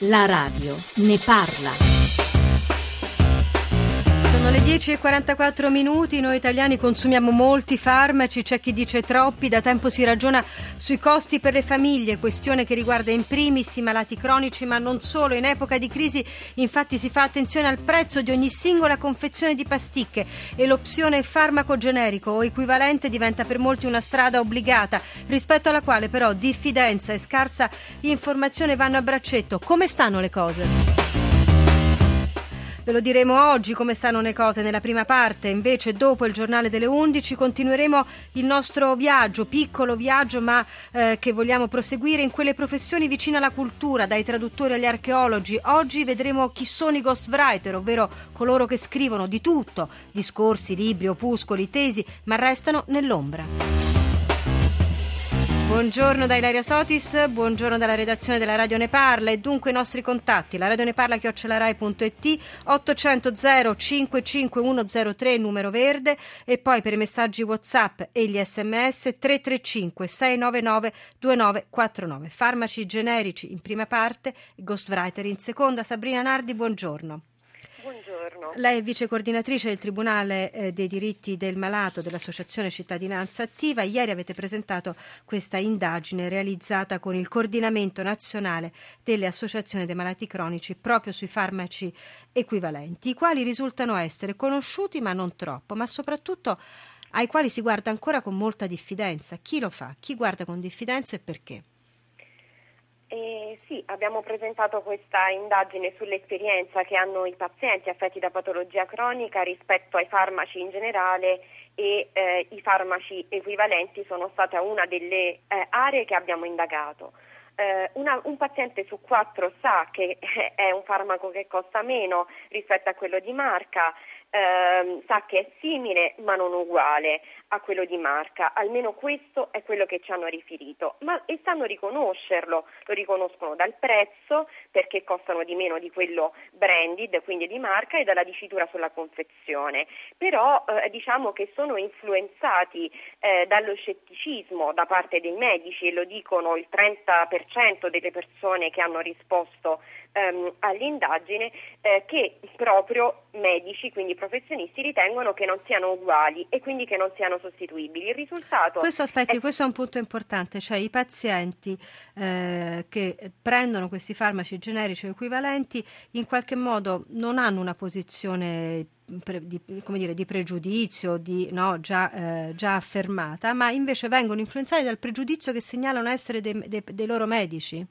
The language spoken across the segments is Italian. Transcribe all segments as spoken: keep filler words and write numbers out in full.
La radio ne parla. Sono le dieci e quarantaquattro minuti, noi italiani consumiamo molti farmaci, c'è chi dice troppi, da tempo si ragiona sui costi per le famiglie, questione che riguarda in primis i malati cronici, ma non solo. In epoca di crisi infatti si fa attenzione al prezzo di ogni singola confezione di pasticche e l'opzione farmaco generico o equivalente diventa per molti una strada obbligata, rispetto alla quale però diffidenza e scarsa informazione vanno a braccetto. Come stanno le cose? Ve lo diremo oggi come stanno le cose nella prima parte, invece dopo il giornale delle undici continueremo il nostro viaggio, piccolo viaggio ma eh, che vogliamo proseguire in quelle professioni vicine alla cultura, dai traduttori agli archeologi. Oggi vedremo chi sono i ghostwriter, ovvero coloro che scrivono di tutto, discorsi, libri, opuscoli, tesi, ma restano nell'ombra. Buongiorno da Ilaria Sotis, buongiorno dalla redazione della Radio Ne Parla e dunque i nostri contatti, la Radio Ne Parla chiocciola rai punto it, ottocento zero cinquantacinque centotre numero verde e poi per i messaggi WhatsApp e gli sms tre tre cinque sei nove nove due nove quattro nove. Farmaci generici in prima parte, ghostwriter in seconda. Sabrina Nardi, buongiorno. Buongiorno. Lei è vice coordinatrice del Tribunale eh, dei diritti del malato dell'Associazione Cittadinanza Attiva. Ieri avete presentato questa indagine realizzata con il Coordinamento Nazionale delle Associazioni dei Malati Cronici proprio sui farmaci equivalenti, i quali risultano essere conosciuti ma non troppo, ma soprattutto ai quali si guarda ancora con molta diffidenza. Chi lo fa? Chi guarda con diffidenza e perché? Eh, sì, abbiamo presentato questa indagine sull'esperienza che hanno i pazienti affetti da patologia cronica rispetto ai farmaci in generale e eh, i farmaci equivalenti sono stata una delle eh, aree che abbiamo indagato. Eh, una, un paziente su quattro sa che è un farmaco che costa meno rispetto a quello di marca, eh, sa che è simile ma non uguale a quello di marca, almeno questo è quello che ci hanno riferito, ma e sanno riconoscerlo, lo riconoscono dal prezzo perché costano di meno di quello branded, quindi di marca, e dalla dicitura sulla confezione, però eh, diciamo che sono influenzati eh, dallo scetticismo da parte dei medici e lo dicono il trenta per cento delle persone che hanno risposto ehm, all'indagine, eh, che proprio medici, quindi professionisti, ritengono che non siano uguali e quindi che non siano sostituibili. Il risultato questo aspetti, è... questo è un punto importante, cioè i pazienti eh, che prendono questi farmaci generici o equivalenti in qualche modo non hanno una posizione pre, di, come dire, di pregiudizio di, no, già, eh, già affermata, ma invece vengono influenzati dal pregiudizio che segnalano essere dei, dei, dei loro medici?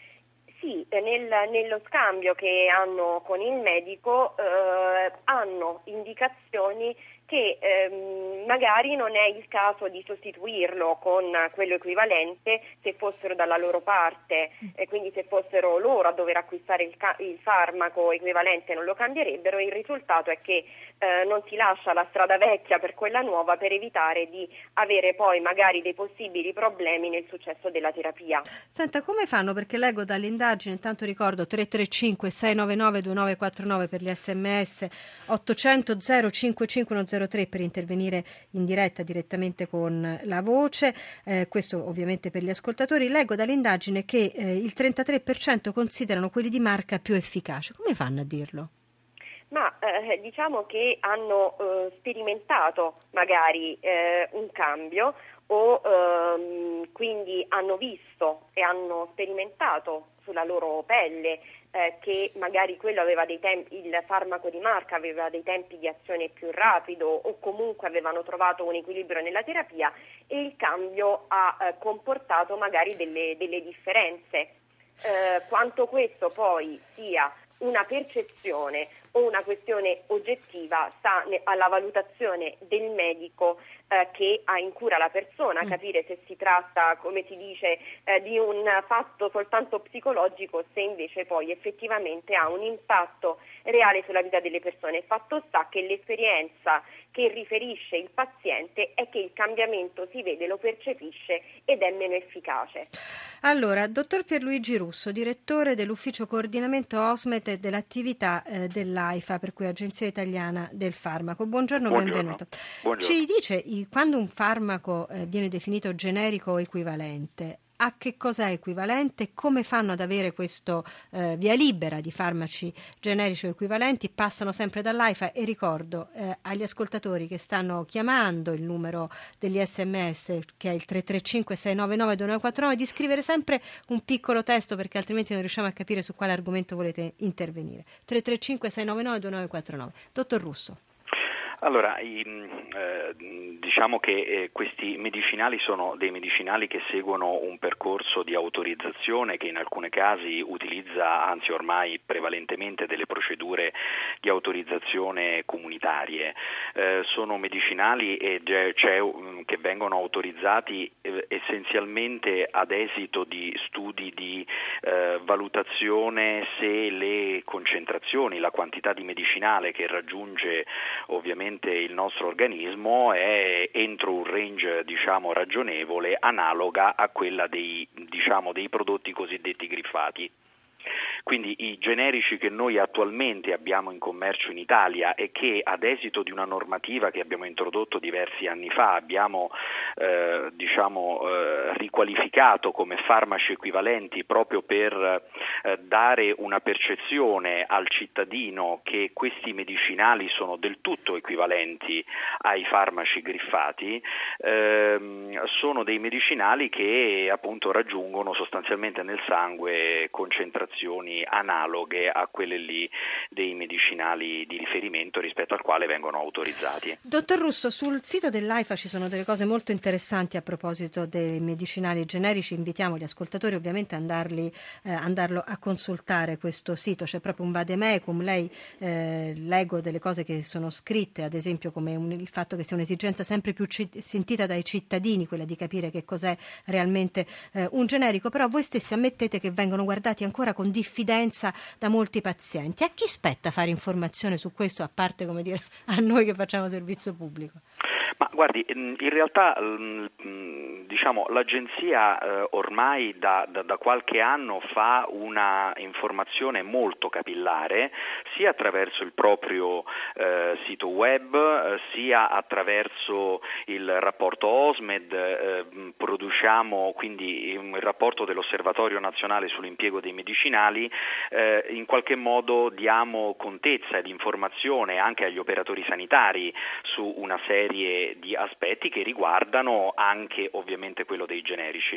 Sì, nel, nello scambio che hanno con il medico eh, hanno indicazioni che ehm, magari non è il caso di sostituirlo con quello equivalente se fossero dalla loro parte, e quindi se fossero loro a dover acquistare il, ca- il farmaco equivalente non lo cambierebbero. Il risultato è che eh, non si lascia la strada vecchia per quella nuova per evitare di avere poi magari dei possibili problemi nel successo della terapia. Senta, come fanno? Perché leggo dall'indagine, intanto ricordo tre tre cinque sei nove nove due nove quattro nove per gli sms, ottocento zero cinquantacinque zero tre per intervenire in diretta direttamente con la voce, eh, questo ovviamente per gli ascoltatori. Leggo dall'indagine che eh, il trentatré per cento considerano quelli di marca più efficaci. Come fanno a dirlo? Ma eh, diciamo che hanno eh, sperimentato magari eh, un cambio o ehm, quindi hanno visto e hanno sperimentato sulla loro pelle eh, che magari quello aveva dei tempi, il farmaco di marca aveva dei tempi di azione più rapido o comunque avevano trovato un equilibrio nella terapia e il cambio ha eh, comportato magari delle, delle differenze. Eh, quanto questo poi sia una percezione o una questione oggettiva sta alla valutazione del medico eh, che ha in cura la persona, capire se si tratta, come si dice, eh, di un fatto soltanto psicologico, se invece poi effettivamente ha un impatto reale sulla vita delle persone. Fatto sta che l'esperienza che riferisce il paziente è che il cambiamento si vede, lo percepisce ed è meno efficace. Allora, dottor Pierluigi Russo, direttore dell'ufficio coordinamento OSMET e dell'attività eh, dell'AIFA, per cui Agenzia Italiana del Farmaco. Buongiorno, Buongiorno. benvenuto. Buongiorno. Ci dice, quando un farmaco eh, viene definito generico o equivalente, a che cosa è equivalente, come fanno ad avere questo eh, via libera di farmaci generici o equivalenti. Passano sempre dall'AIFA e ricordo eh, agli ascoltatori che stanno chiamando il numero degli sms, che è il tre tre cinque sei nove nove due nove quattro nove, di scrivere sempre un piccolo testo, perché altrimenti non riusciamo a capire su quale argomento volete intervenire. tre tre cinque sei nove nove due nove quattro nove. Dottor Russo. Allora, eh, diciamo che eh, questi medicinali sono dei medicinali che seguono un percorso di autorizzazione che in alcuni casi utilizza, anzi ormai prevalentemente, delle procedure di autorizzazione comunitarie. Eh, sono medicinali e cioè, che vengono autorizzati eh, essenzialmente ad esito di studi di eh, valutazione se le concentrazioni, la quantità di medicinale che raggiunge ovviamente il nostro organismo è entro un range diciamo ragionevole, analoga a quella dei diciamo dei prodotti cosiddetti griffati. Quindi i generici che noi attualmente abbiamo in commercio in Italia e che ad esito di una normativa che abbiamo introdotto diversi anni fa abbiamo eh, diciamo eh, riqualificato come farmaci equivalenti proprio per eh, dare una percezione al cittadino che questi medicinali sono del tutto equivalenti ai farmaci griffati, ehm, sono dei medicinali che appunto raggiungono sostanzialmente nel sangue concentrazioni analoghe a quelle lì dei medicinali di riferimento rispetto al quale vengono autorizzati. Dottor Russo, sul sito dell'AIFA ci sono delle cose molto interessanti a proposito dei medicinali generici. Invitiamo gli ascoltatori ovviamente a andarli, eh, andarlo a consultare questo sito. C'è proprio un vademecum. Lei eh, leggo delle cose che sono scritte, ad esempio come un, il fatto che sia un'esigenza sempre più ci, sentita dai cittadini, quella di capire che cos'è realmente eh, un generico, però voi stessi ammettete che vengono guardati ancora con diffidenza da molti pazienti. A chi spetta fare informazione su questo, a parte, come dire, a noi che facciamo servizio pubblico? Ma guardi, in realtà diciamo l'agenzia eh, ormai da, da, da qualche anno fa una informazione molto capillare sia attraverso il proprio eh, sito web eh, sia attraverso il rapporto OSMED, eh, produciamo quindi il rapporto dell'Osservatorio Nazionale sull'impiego dei medicinali, eh, in qualche modo diamo contezza ed informazione anche agli operatori sanitari su una serie di aspetti che riguardano anche ovviamente quello dei generici.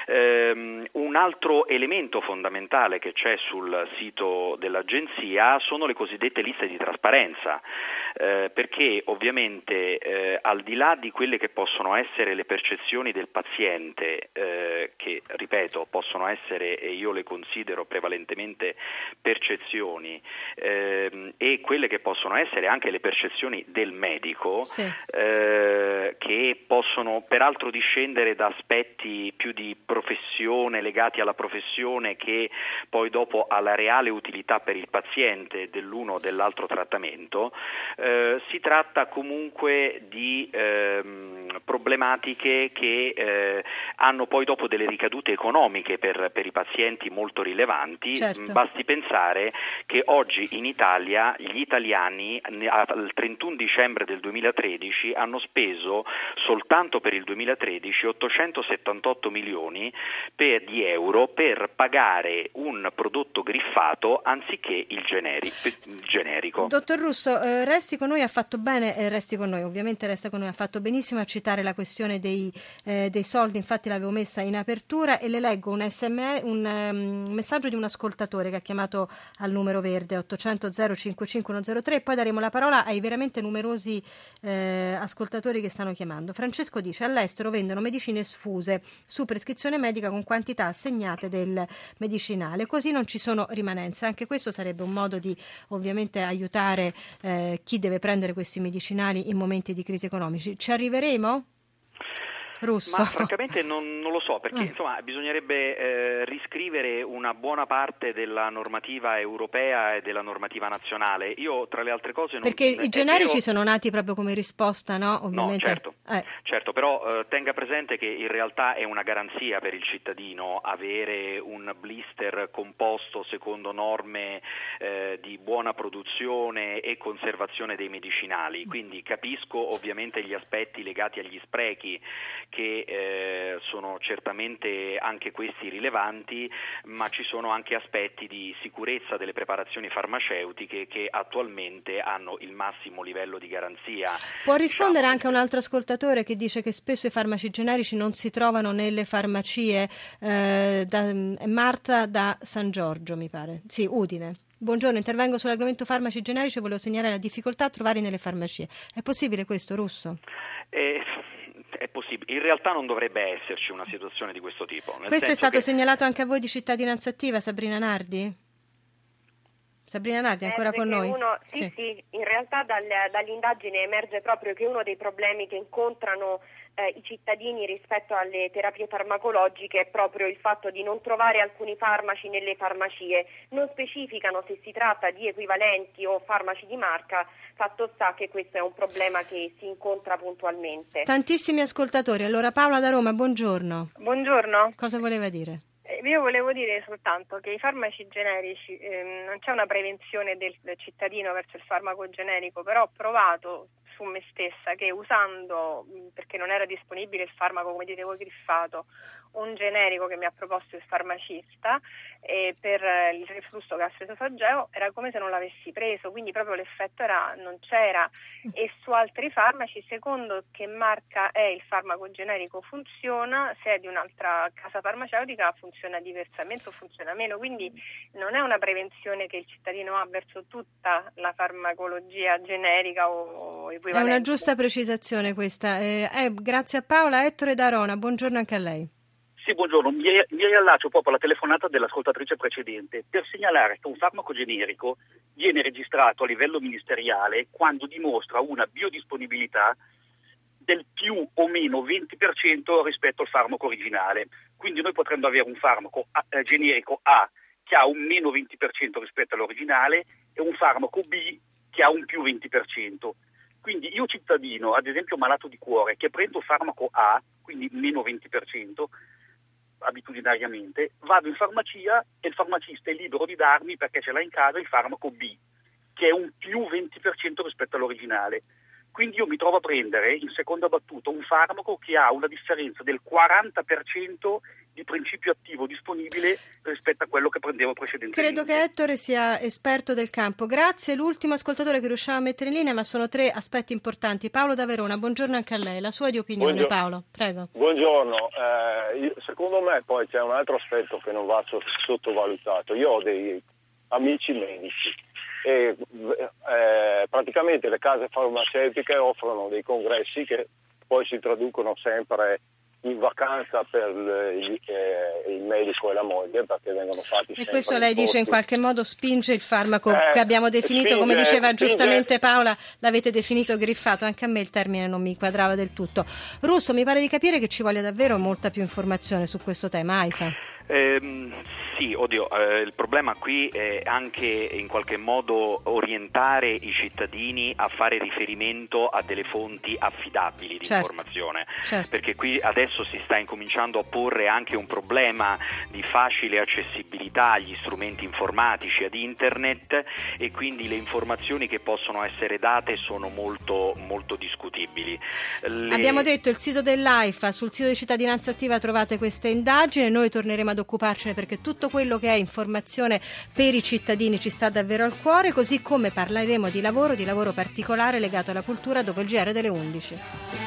Um, un altro elemento fondamentale che c'è sul sito dell'agenzia sono le cosiddette liste di trasparenza, eh, perché ovviamente eh, al di là di quelle che possono essere le percezioni del paziente, eh, che ripeto possono essere, e io le considero prevalentemente percezioni, eh, e quelle che possono essere anche le percezioni del medico, sì. eh, che possono peraltro discendere da aspetti più di professione, legati alla professione, che poi dopo alla reale utilità per il paziente dell'uno o dell'altro trattamento. Eh, si tratta comunque di ehm, problematiche che eh, hanno poi dopo delle ricadute economiche per, per i pazienti molto rilevanti. Certo. Basti pensare che oggi in Italia gli italiani al trentuno dicembre del duemilatredici hanno speso soltanto per il duemilatredici ottocentosettantotto milioni per, di euro per pagare un prodotto griffato anziché il, generi, il generico. Dottor Russo, eh, resti con noi, ha fatto bene, eh, resti con noi, ovviamente resta con noi, ha fatto benissimo a citare la questione dei, eh, dei soldi, infatti l'avevo messa in apertura e le leggo un, S M S, un um, messaggio di un ascoltatore che ha chiamato al numero verde ottocento zero cinque cinque uno zero tre e poi daremo la parola ai veramente numerosi eh, ascoltatori che stanno chiamando. Francesco dice: all'estero vendono medicine sfuse su prescrizione medica con quantità assegnate del medicinale, così non ci sono rimanenze. Anche questo sarebbe un modo di ovviamente aiutare eh, chi deve prendere questi medicinali in momenti di crisi economici. Ci arriveremo? Russo. Ma francamente non, non lo so, perché insomma bisognerebbe eh, riscrivere una buona parte della normativa europea e della normativa nazionale. Io tra le altre cose non, perché i generici vero... sono nati proprio come risposta, no? Ovviamente. No, certo. Eh. Certo, però eh, tenga presente che in realtà è una garanzia per il cittadino avere un blister composto secondo norme eh, di buona produzione e conservazione dei medicinali, quindi capisco ovviamente gli aspetti legati agli sprechi che eh, sono certamente anche questi rilevanti, ma ci sono anche aspetti di sicurezza delle preparazioni farmaceutiche che attualmente hanno il massimo livello di garanzia. Può rispondere diciamo, anche un altro ascoltatore che dice che spesso i farmaci generici non si trovano nelle farmacie, eh, da, Marta da San Giorgio mi pare, sì, Udine. Buongiorno, intervengo sull'argomento farmaci generici e volevo segnalare la difficoltà a trovarli nelle farmacie. È possibile questo, Russo? Eh, è possibile. In realtà non dovrebbe esserci una situazione di questo tipo. Nel Questo è stato che... segnalato anche a voi di Cittadinanza Attiva, Sabrina Nardi? Sabrina Nardi, ancora eh, con noi? Uno, sì, sì, sì, in realtà dal, dall'indagine emerge proprio che uno dei problemi che incontrano eh, i cittadini rispetto alle terapie farmacologiche è proprio il fatto di non trovare alcuni farmaci nelle farmacie. Non specificano se si tratta di equivalenti o farmaci di marca, fatto sta che questo è un problema che si incontra puntualmente. Tantissimi ascoltatori. Allora Paola da Roma, buongiorno. Buongiorno. Cosa voleva dire? Io volevo dire soltanto che i farmaci generici, ehm, non c'è una prevenzione del, del cittadino verso il farmaco generico, però ho provato su me stessa che usando, perché non era disponibile il farmaco come dite voi griffato, un generico che mi ha proposto il farmacista e per il reflusso gastroesofageo era come se non l'avessi preso, quindi proprio l'effetto era non c'era. E su altri farmaci, secondo che marca è il farmaco generico funziona, se è di un'altra casa farmaceutica funziona diversamente o funziona meno, quindi non è una prevenzione che il cittadino ha verso tutta la farmacologia generica o equivalente. È una giusta precisazione questa. Eh, eh, grazie a Paola. Ettore da Arona, buongiorno anche a lei. Sì, buongiorno. Mi, mi riallaccio proprio alla telefonata dell'ascoltatrice precedente per segnalare che un farmaco generico viene registrato a livello ministeriale quando dimostra una biodisponibilità del più o meno venti per cento rispetto al farmaco originale. Quindi noi potremmo avere un farmaco eh, generico A che ha un meno venti per cento rispetto all'originale e un farmaco B che ha un più venti per cento. Quindi io cittadino, ad esempio malato di cuore, che prendo farmaco A, quindi meno venti per cento, abitudinariamente, vado in farmacia e il farmacista è libero di darmi, perché ce l'ha in casa, il farmaco B, che è un più venti per cento rispetto all'originale. Quindi io mi trovo a prendere in seconda battuta un farmaco che ha una differenza del quaranta per cento di principio attivo disponibile rispetto a quello che prendevo precedentemente. Credo che Ettore sia esperto del campo. Grazie. L'ultimo ascoltatore che riusciamo a mettere in linea, ma sono tre aspetti importanti. Paolo da Verona, buongiorno anche a lei. La sua di opinione, Buongiorno. Paolo, prego. Buongiorno. Eh, io, secondo me poi c'è un altro aspetto che non va sottovalutato. Io ho dei amici medici e eh, praticamente le case farmaceutiche offrono dei congressi che poi si traducono sempre in vacanza per il, eh, il medico e la moglie, perché vengono fatti e sempre questo lei dice in qualche modo spinge il farmaco eh, che abbiamo definito, spinge, come diceva spinge. giustamente Paola, l'avete definito griffato. Anche a me il termine non mi quadrava del tutto. Russo, mi pare di capire che ci voglia davvero molta più informazione su questo tema. AIFA. Ehm, sì, oddio, eh, il problema qui è anche in qualche modo orientare i cittadini a fare riferimento a delle fonti affidabili di certo, informazione, certo. Perché qui adesso si sta incominciando a porre anche un problema di facile accessibilità agli strumenti informatici, ad internet, e quindi le informazioni che possono essere date sono molto, molto discutibili. Le... Abbiamo detto il sito dell'AIFA, sul sito di Cittadinanza Attiva trovate queste indagini, noi torneremo ad occuparcene perché tutto quello che è informazione per i cittadini ci sta davvero al cuore, così come parleremo di lavoro, di lavoro particolare legato alla cultura dopo il G R delle undici.